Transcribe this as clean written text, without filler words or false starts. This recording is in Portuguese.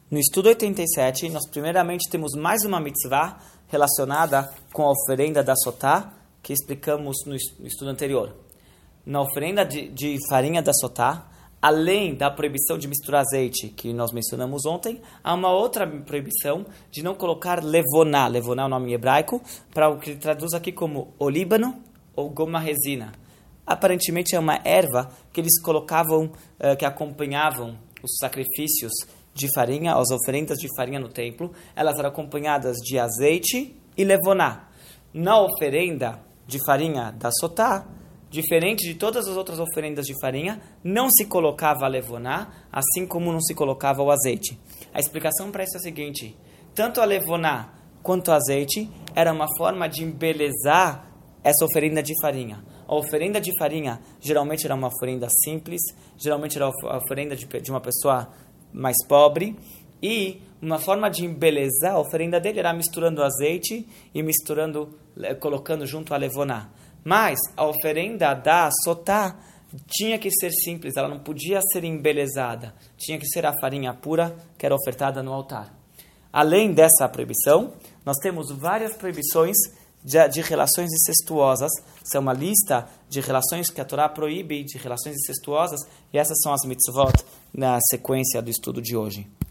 No estudo 87, nós primeiramente temos mais uma mitzvah relacionada com a oferenda da sotá, que explicamos no estudo anterior. Na oferenda de farinha da sotá, além da proibição de misturar azeite, que nós mencionamos ontem, há uma outra proibição de não colocar levoná. Levoná é o nome em hebraico, para o que ele traduz aqui como olíbano ou goma resina. Aparentemente é uma erva que eles colocavam, que acompanhavam os sacrifícios de farinha, as oferendas de farinha no templo. Elas eram acompanhadas de azeite e levoná. Na oferenda de farinha da sotá, diferente de todas as outras oferendas de farinha, não se colocava a levoná, assim como não se colocava o azeite. A explicação para isso é a seguinte: tanto a levoná quanto o azeite era uma forma de embelezar essa oferenda de farinha. A oferenda de farinha geralmente era uma oferenda simples, geralmente era a oferenda de uma pessoa mais pobre, e uma forma de embelezar a oferenda dele era misturando azeite e colocando junto a levoná. Mas a oferenda da sotá tinha que ser simples, ela não podia ser embelezada, tinha que ser a farinha pura que era ofertada no altar. Além dessa proibição, nós temos várias proibições de relações incestuosas. Essa é uma lista de relações que a Torá proíbe, de relações incestuosas, e essas são as mitzvot na sequência do estudo de hoje.